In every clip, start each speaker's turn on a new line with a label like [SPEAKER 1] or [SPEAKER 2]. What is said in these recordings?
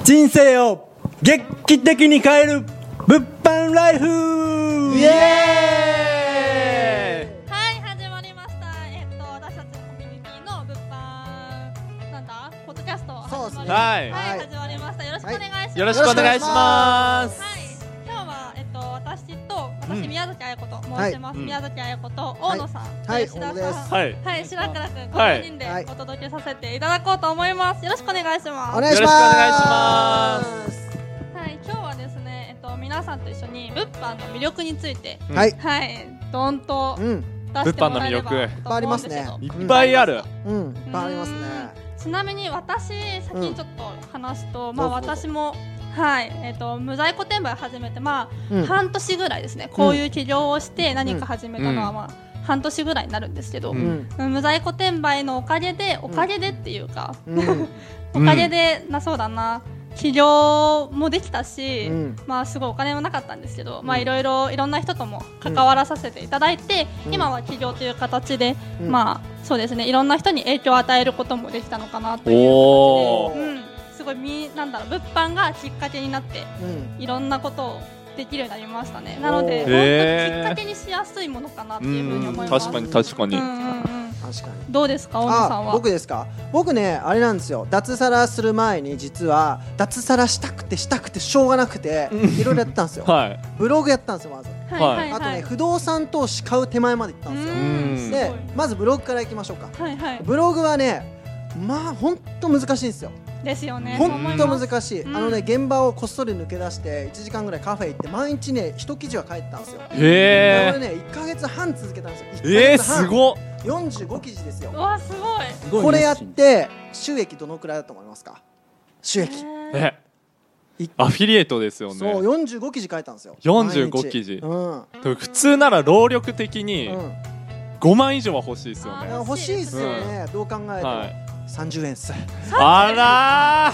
[SPEAKER 1] 人生を劇的に変える物販ライフ。
[SPEAKER 2] イエーイ。
[SPEAKER 3] はい、始まりました。私たちのコミュニティの物販ポッドキャスト始まりました。
[SPEAKER 2] はい、
[SPEAKER 3] 始まりました。よろしくお願いします。
[SPEAKER 2] よろしくお願いします。
[SPEAKER 3] はい、今日は私宮崎彩子と申します。宮崎彩子と大野さん、
[SPEAKER 1] はい
[SPEAKER 3] 吉田さん、
[SPEAKER 1] はい、
[SPEAKER 3] 白倉くん、この4人でお届けさせていただこうと思います。よろしくお願いします。
[SPEAKER 1] お願いします。
[SPEAKER 3] はい、今日はですね、皆さんと一緒に物販の魅力について、はい、どんと出してもらえればと思うんですけど、
[SPEAKER 2] いっぱいある。
[SPEAKER 1] いっぱいありますね。
[SPEAKER 3] ちなみに私先にちょっと話すと、私も無在庫転売を始めて半年ぐらいですね。こういう起業をして何か始めたのは半年ぐらいになるんですけど、無在庫転売のおかげでっていうか、おかげでそうだな、起業もできたし、すごいお金もなかったんですけど、いろんな人とも関わらさせていただいて、今は起業という形で、そうですね、いろんな人に影響を与えることもできたのかなという形で、すごい物販がきっかけになって、いろんなことをできるようになりましたね。なので、本当にきっかけにしやすいものかなっていうふうに思います。
[SPEAKER 2] 確かに。
[SPEAKER 3] どうですか、大野さんは。
[SPEAKER 1] 僕ですか。僕ね、あれなんですよ。脱サラする前に実は脱サラしたくてしょうがなくていろいろやったんですよ。ブログやったんですよ、まず。あとね、不動産投資買う手前まで行ったんですよ。で、まずブログからいきましょうか。ブログはね、本当難しいんですよ。
[SPEAKER 3] ですよね。
[SPEAKER 1] 本当難しい。現場をこっそり抜け出して1時間ぐらいカフェ行って毎日ね一記事は書いてたんですよ。
[SPEAKER 2] へえ。
[SPEAKER 1] これね1ヶ月半続けたんですよ。
[SPEAKER 2] すごっ。
[SPEAKER 1] 45記事ですよ。
[SPEAKER 3] わ、すごい。
[SPEAKER 1] これやって収益どのくらいだと思いますか。収益。
[SPEAKER 2] アフィリエイトですよね。
[SPEAKER 1] そう、45記事書いたんですよ。
[SPEAKER 2] 45記事。普通なら労力的に5万以上は欲しいですよね。
[SPEAKER 1] 欲しいですよね。どう考えても。30円っす。
[SPEAKER 2] あら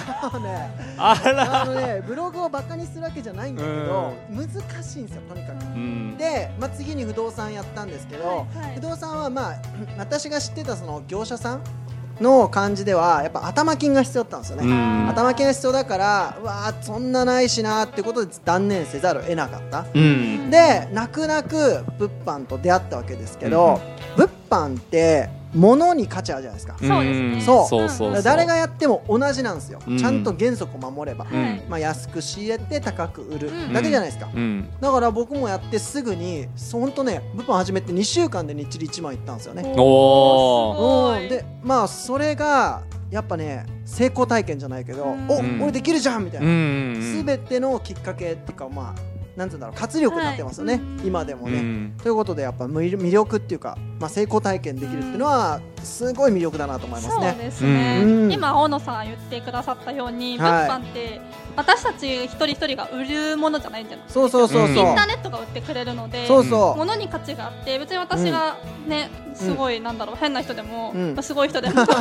[SPEAKER 1] ブログをバカにするわけじゃないんだけど、難しいんですよ、とにかく。で、次に不動産やったんですけど、不動産は私が知ってたその業者さんの感じではやっぱ頭金が必要だったんですよね。頭金が必要だから、そんなないしなってことで断念せざるを得なかった。で、泣く泣く物販と出会ったわけですけど、物販って物に価値あるじゃないですか。
[SPEAKER 3] そうですね。
[SPEAKER 1] そう。誰がやっても同じなんですよ。ちゃんと原則を守れば、安く仕入れて高く売るだけじゃないですか。だから僕もやってすぐに本当ね、物販始めて2週間で日売1万いったんですよね。で、それがやっぱね、成功体験じゃないけど、俺できるじゃんみたいな、全てのきっかけっていうか、なんていうんだろう、活力になってますよね、今でもね。ということでやっぱ魅力っていうか、成功体験できるっていうのはすごい魅力だなと思いますね。
[SPEAKER 3] そうですね。今大野さん言ってくださったように、物販って私たち一人一人が売るものじゃないんじゃないですか。そうインターネットが売ってくれるので、物に価値があって、別に私がね、すごい変な人でもすごい人でもどんな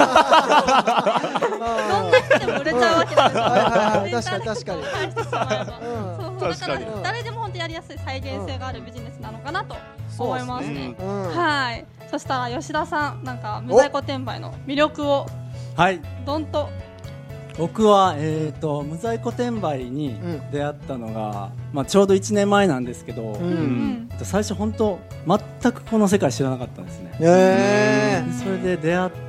[SPEAKER 3] 人でも売れちゃうわけですよ。
[SPEAKER 1] 確かに。
[SPEAKER 3] だから誰でも本当やりやすい再現性があるビジネスなのかなと思いますね。はい。そしたら吉田さん、無在庫転売の魅力をどんと。
[SPEAKER 4] 僕は無在庫転売に出会ったのがちょうど1年前なんですけど、最初本当全くこの世界知らなかったんですね。それで出会って、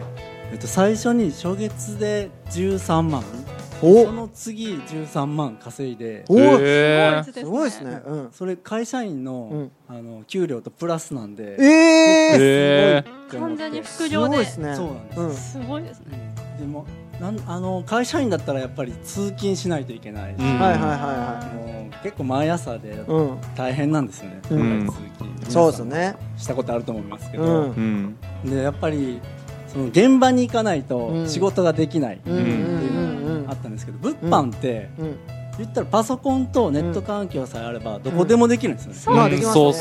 [SPEAKER 4] 最初に初月で13万、その次13万稼いで、
[SPEAKER 1] すごいですね。
[SPEAKER 4] それ会社員の給料とプラスなんで、
[SPEAKER 3] すごい完全に副業で。
[SPEAKER 4] そうなんです。
[SPEAKER 3] すごいですね。
[SPEAKER 4] でも会社員だったらやっぱり通勤しないといけないし、結構毎朝で大変なんですよね。通勤
[SPEAKER 1] そうですね。
[SPEAKER 4] したことあると思いますけど、でやっぱりその現場に行かないと仕事ができないっていうのがあったんですけど、物販って言ったらパソコンとネット環境さえあればどこでもできるんですよね。
[SPEAKER 2] そう。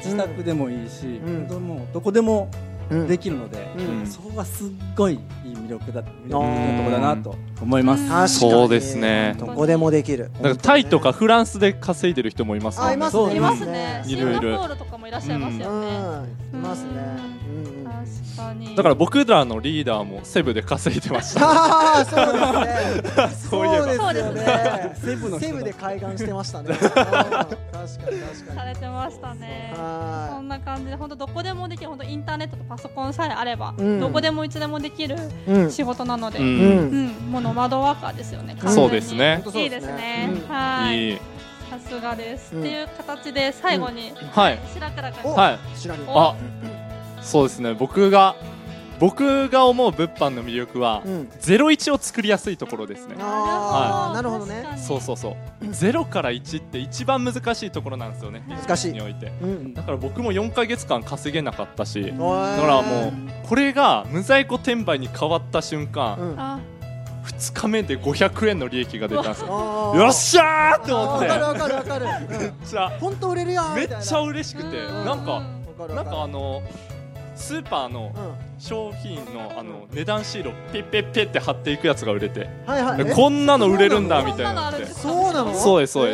[SPEAKER 4] カフェでもいいし、自宅でもいいし、どこでもできるので、そこがすっごいいい魅力なところだなと思います。
[SPEAKER 1] 確かに
[SPEAKER 2] そうですね。
[SPEAKER 1] どこでもできる。
[SPEAKER 2] なんかタイとかフランスで稼いでる人もいますもんね。
[SPEAKER 1] います
[SPEAKER 3] ね。シンガポールとかもいらっしゃいますよね。
[SPEAKER 1] いますね。
[SPEAKER 3] 確かに。
[SPEAKER 2] だから僕らのリーダーもセブで稼いでました。
[SPEAKER 1] ああ、そうですね。
[SPEAKER 2] そういえば
[SPEAKER 1] そうですよね。セブで開眼してましたね。確かに確かに。
[SPEAKER 3] されてましたね。そんな感じで本当どこでもできる、本当インターネットとパソコンさえあればどこでもいつでもできる仕事なので、もうノマドワーカーですよね。
[SPEAKER 2] そうですね。
[SPEAKER 3] いいですね。はい。さすがです。っていう形で最後に白倉君。
[SPEAKER 2] はい。あ、そうですね。僕が思う物販の魅力は01を作りやすいところですね。
[SPEAKER 1] なるほどね。
[SPEAKER 2] そう0から1って一番難しいところなんですよね。
[SPEAKER 1] 難しい
[SPEAKER 2] において。だから僕も4ヶ月間稼げなかったし、だからもうこれが無在庫転売に変わった瞬間、2日目で500円の利益が出たんですよ。よっしゃーって思って、
[SPEAKER 1] わかる
[SPEAKER 2] めっちゃ
[SPEAKER 1] 本当売れるやん
[SPEAKER 2] めっちゃ嬉しくて、なんかスーパーの商品の値段シールをペッペッペッって貼っていくやつが売れて、こんなの売れるんだみたいになって。
[SPEAKER 1] そうなの？
[SPEAKER 2] そうです物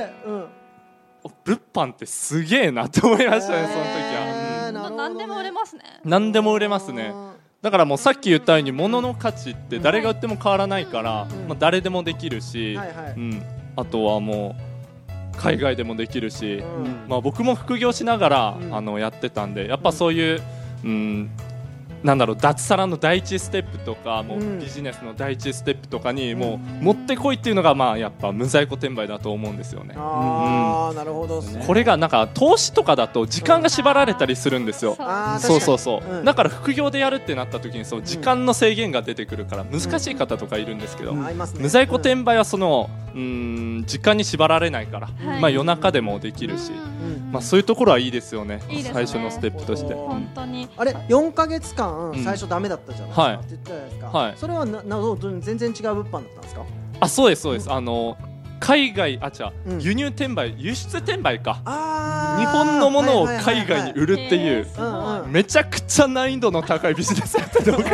[SPEAKER 2] 販ってすげえなって思いましたね、その時は。
[SPEAKER 3] 何でも売れますね。
[SPEAKER 2] 何でも売れますね。だからもうさっき言ったように物の価値って誰が売っても変わらないから、誰でもできるし、あとはもう海外でもできるし、僕も副業しながらやってたんで、やっぱそういうなんだろう、脱サラの第一ステップとかもうビジネスの第一ステップとかにもう持ってこいっていうのがやっぱ無在庫転売だと思うんですよね。
[SPEAKER 1] なるほどね。
[SPEAKER 2] これがなんか投資とかだと時間が縛られたりするんですよ。そうだから副業でやるってなった時に時間の制限が出てくるから難しい方とかいるんですけど、無在庫転売はその時間に縛られないから、夜中でもできるし、そういうところはいいですよね。最初のステップとして。
[SPEAKER 3] 本当に
[SPEAKER 1] あれ4ヶ月間最初ダメだったじゃないですかって言ったじゃないですか。それは全然違う物販だったんですか？
[SPEAKER 2] あ、そうです海外輸入転売、輸出転売か。日本のものを海外に売るっていうめちゃくちゃ難易度の高いビジネスやってる。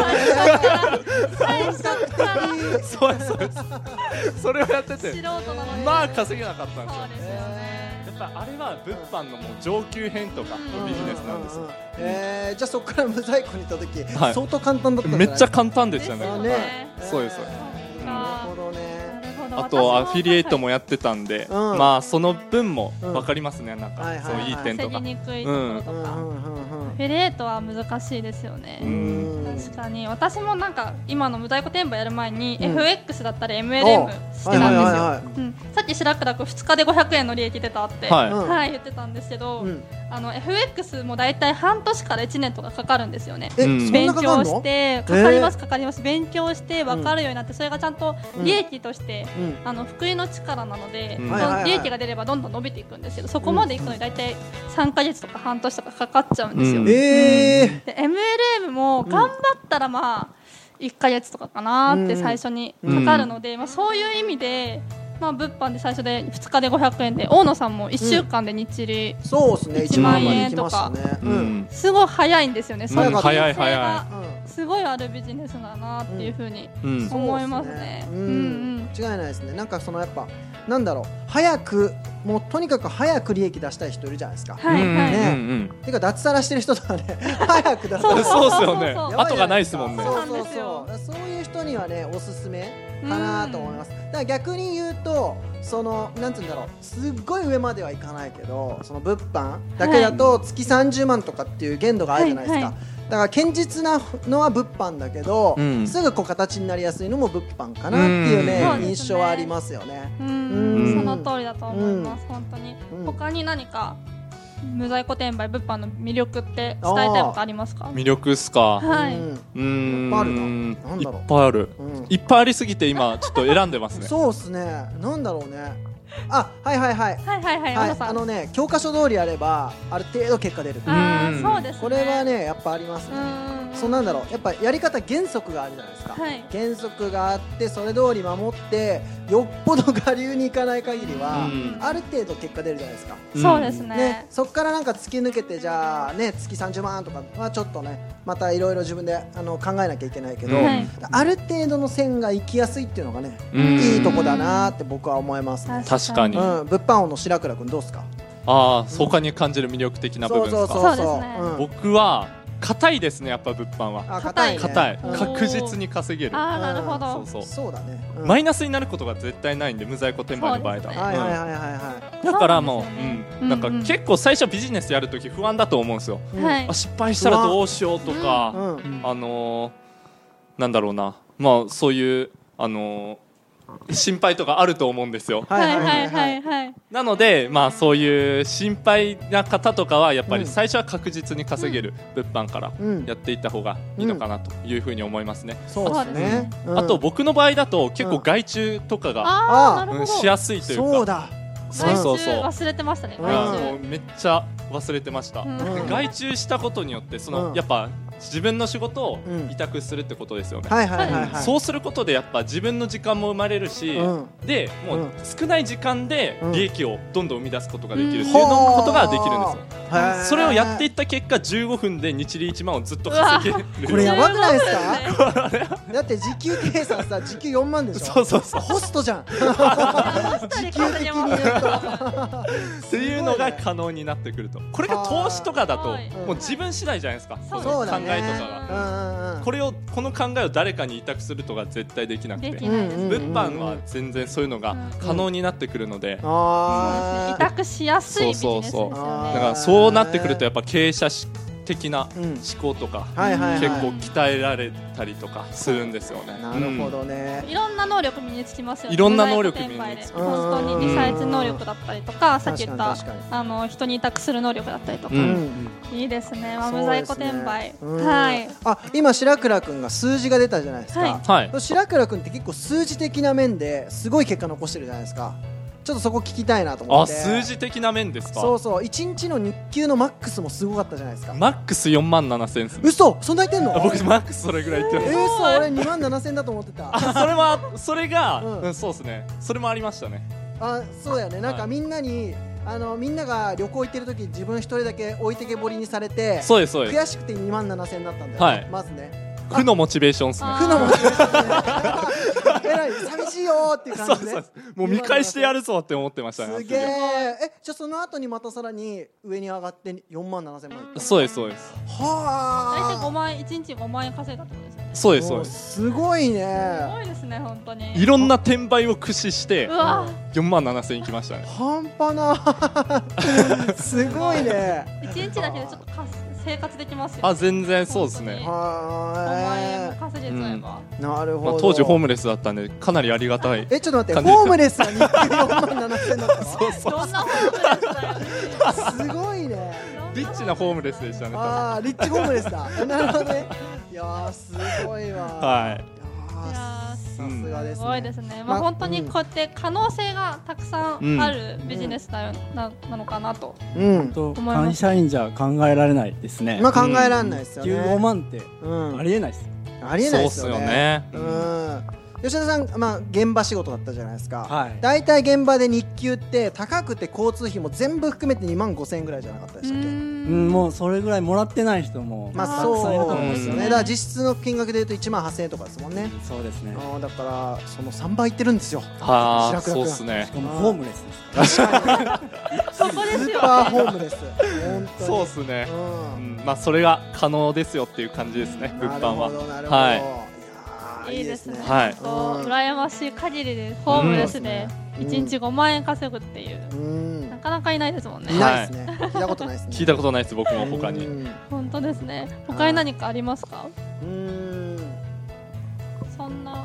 [SPEAKER 2] それをやってて稼げなかったんですよ。やっぱあれは物販のもう上級編とかのビジネスなんですよ。
[SPEAKER 1] じゃあそこから無在庫に行った時相当簡単だったんじゃない？
[SPEAKER 2] めっちゃ簡単でしたね。そうです。
[SPEAKER 1] なるほどね。
[SPEAKER 2] あとアフィリエイトもやってたんで、その分も分かりますね。なんかそういい点とか。
[SPEAKER 3] 防ぎにくいところとか。アフィリエイトは難しいですよね。確かに私もなんか今の無在庫転売やる前に FX だったり MLM してたんですよ。さっき白倉君2日で500円の利益出たって言ってたんですけど、FX もだいたい半年から1年とかかかるんですよね。勉強してかかります。勉強して分かるようになって、それがちゃんと利益として福利の力なので、利益が出ればどんどん伸びていくんですけど、そこまでいくのにだいたい3ヶ月とか半年とかかかっちゃうんですよ。で MLM も頑張ったら1ヶ月とかかなって最初にかかるので、そういう意味で物販で最初で2日で500円で、大野さんも1週間で日利1万円とか、すごい早いんですよね。そういう危険性がすごいあるビジネスだなっていうふうに思いますね。
[SPEAKER 1] 違いないですね。なんかやっぱなんだろう、もうとにかく早く利益出したい人いるじゃないですか。てか脱サラしてる人とかね、早く出したい。
[SPEAKER 2] そうですよね。後がないですもんね。
[SPEAKER 1] そういう人にはねおすすめかなと思います。だから逆に言うとなんていうんだろう、すっごい上まではいかないけど、その物販だけだと月30万とかっていう限度があるじゃないですか。だから堅実なのは物販だけど、すぐ形になりやすいのも物販かなっていうね印象はありますよね。
[SPEAKER 3] その通りだと思います。本当に他に何か無在庫転売物販の魅力って伝えたいことありますか？
[SPEAKER 2] 魅力っすか。いっぱいありすぎて今ちょっと選んでますね。
[SPEAKER 1] そうっすね。なんだろうね。教科書通りやればある程度結果出る。
[SPEAKER 3] そうですね。
[SPEAKER 1] これはねやっぱありますね。 そうなんだろう、やっぱやり方原則があるじゃないですか、原則があってそれ通り守ってよっぽど我流にいかない限りは、ある程度結果出るじゃないですか。
[SPEAKER 3] そうですね。
[SPEAKER 1] そこからなんか突き抜けてじゃあね月30万とかはちょっとねまたいろいろ自分で考えなきゃいけないけど、ある程度の線が行きやすいっていうのがね、いいとこだなって僕は思いますね。
[SPEAKER 2] 確かに。
[SPEAKER 1] 物販王の白倉君どうですか？
[SPEAKER 2] そうかに感じる魅力的な部分ですか？
[SPEAKER 3] そうですね。
[SPEAKER 2] 僕は硬いですね、やっぱ物販は。
[SPEAKER 1] 硬い、
[SPEAKER 2] 確実に稼げる。
[SPEAKER 3] なるほど。
[SPEAKER 1] そうだね。
[SPEAKER 2] マイナスになることが絶対ないんで、無在庫転売の場合だ。だからもうなんか結構最初ビジネスやるとき不安だと思うんですよ。失敗したらどうしようとか、なんだろうな、まあそういう心配とかあると思うんですよ。なのでまあそういう心配な方とかはやっぱり最初は確実に稼げる物販からやっていった方がいいのかなというふうに思いますね。
[SPEAKER 1] そうですね。
[SPEAKER 2] あと僕の場合だと結構外注とかがしやすいというか。
[SPEAKER 1] そうだ。
[SPEAKER 3] そう忘れてましたね。
[SPEAKER 2] めっちゃ忘れてました。外注したことによってやっぱ自分の仕事を委託するってことですよね。そうすることでやっぱ自分の時間も生まれるし、でもう少ない時間で利益をどんどん生み出すことができるっていうことができるんですよ。それをやっていった結果15分で日利1万をずっと稼げる。
[SPEAKER 1] これやばくないですか？だって時給計算さ、時給4万でしょ。そうホストじゃん。時給的に言うと
[SPEAKER 2] っていうのが可能になってくると。これが投資とかだともう自分次第じゃないですか。
[SPEAKER 1] そうだね。
[SPEAKER 2] 考えとかがこの考えを誰かに委託するとか絶対できなくて、物販は全然そういうのが可能になってくるので、
[SPEAKER 3] 委託しやすいビジネスですよね。
[SPEAKER 2] だからそうなってくるとやっぱ経営者的な思考とか結構鍛えられたりとかするんですよね。
[SPEAKER 1] なるほどね。
[SPEAKER 3] いろんな能力身につきますよね。
[SPEAKER 2] いろんな能力身につき
[SPEAKER 3] ます。本当にリサーチ能力だったりとか、さっき言った人に委託する能力だったりとか、いいですね。無在庫転売。はい。
[SPEAKER 1] 今白倉くんが数字が出たじゃないですか。白倉くんって結構数字的な面ですごい結果残してるじゃないですか。ちょっとそこ聞きたいなと思って。
[SPEAKER 2] 数字的な面ですか？
[SPEAKER 1] そう1日の日給のマックスもすごかったじゃないですか。
[SPEAKER 2] マックス4万7000円です。
[SPEAKER 1] 嘘、そんな言ってんの？
[SPEAKER 2] 僕マックスそれぐらい言ってます。
[SPEAKER 1] 嘘、俺2万7000だと思ってた。
[SPEAKER 2] それがそうですね。それもありましたね。
[SPEAKER 1] そうだよね。なんかみんなが旅行行ってる時自分一人だけ置いてけぼりにされて、悔しくて2万7000だったんだよ。まずね。
[SPEAKER 2] 負のモチベーションですね。
[SPEAKER 1] 負のモチベーション。寂しいよっていう感じで。
[SPEAKER 2] もう見返してやるぞって思ってましたね。
[SPEAKER 1] すげえ。じゃあその後にまたさらに上に上がって4万7000万。
[SPEAKER 2] そうです。
[SPEAKER 3] はあ。大体5万円、1日5万円稼いだってことですよね。
[SPEAKER 1] そうです。すごいね。
[SPEAKER 3] すごいですね、本当に。
[SPEAKER 2] いろんな転売を駆使して4万7000円いきましたね。
[SPEAKER 1] 半端な。すごいね。
[SPEAKER 3] 1日だけでちょっと生活できますよ。
[SPEAKER 2] 全然そうですね。
[SPEAKER 3] 5万円も稼げちゃえば。
[SPEAKER 1] なるほど。
[SPEAKER 2] 当時ホームレスだったんでかなりありがたい。
[SPEAKER 1] ちょっと待って、ホームレスが日給4万7000だったの？
[SPEAKER 3] どんなホームレスだよ。
[SPEAKER 1] すごいね。
[SPEAKER 2] リッチなホームレスでしたね。
[SPEAKER 1] リッチホームレスだ。なるほどね。いやすごいわ。
[SPEAKER 3] さすがですね。すごいですね。本当にこうやって可能性がたくさんあるビジネスなのかなと思います。
[SPEAKER 4] 会社員じゃ考えられないですね。
[SPEAKER 1] 考えられないですよね。
[SPEAKER 4] 15万ってありえないです。
[SPEAKER 1] ありえないですよね。吉田さん、現場仕事だったじゃないですか。大体現場で日給って高くて交通費も全部含めて2万5000円ぐらいじゃなかったでしたっけ？
[SPEAKER 4] もうそれぐらいもらってない人もたくさんいると思うんですよね。
[SPEAKER 1] だから実質の金額でいうと1万8000円とかですもんね。
[SPEAKER 4] そうですね。
[SPEAKER 1] だからその3倍いってるんですよ。
[SPEAKER 2] そうですね。
[SPEAKER 4] しかもホームレスですから。
[SPEAKER 3] 確かに。そこですよ。
[SPEAKER 1] スーパーホームレス。
[SPEAKER 2] そうですね。それが可能ですよっていう感じですね。物販は。
[SPEAKER 3] いいですね。羨ましい限りでホームレスで1日5万円稼ぐっていうなかなかいないですもんね。
[SPEAKER 1] いないですね。聞いたことないですね。
[SPEAKER 2] 聞いたことないです僕も他に。
[SPEAKER 3] 本当ですね。他に何かありますか？そんな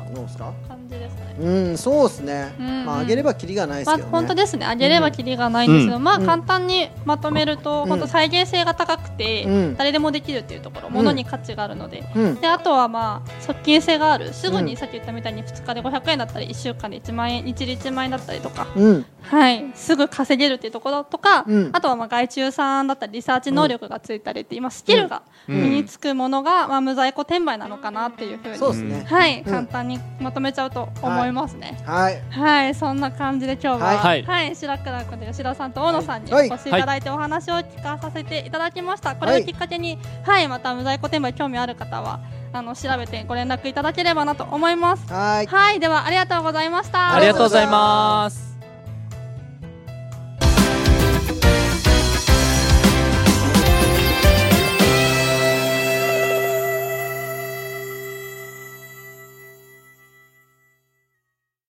[SPEAKER 1] どうですか？
[SPEAKER 3] 感じですね。
[SPEAKER 1] そうですね。まああげればキリがないですけどね。
[SPEAKER 3] 本当ですね。あげればキリがないんですけど、まあ簡単にまとめると本当再現性が高くて誰でもできるっていうところ、物に価値があるので、であとはまあ側近性がある。すぐにさっき言ったみたいに2日で500円だったり1週間で1万円、1日1万円だったりとか、はい、すぐ稼げるっていうところとか、あとはまあ外注さんだったりリサーチ能力がついたりって今スキルが身につくものがまあ無在庫転売なのかなっていうふうに、はい、簡単にまとめちゃうと思いますね。はい、そんな感じで今日ははい、白倉君と吉田さんと大野さんにお越しいただいてお話を聞かさせていただきました。これをきっかけに、はい、また無在庫転売興味ある方は調べてご連絡いただければなと思います。はい、ではありがとうございました。
[SPEAKER 2] ありがとうございます。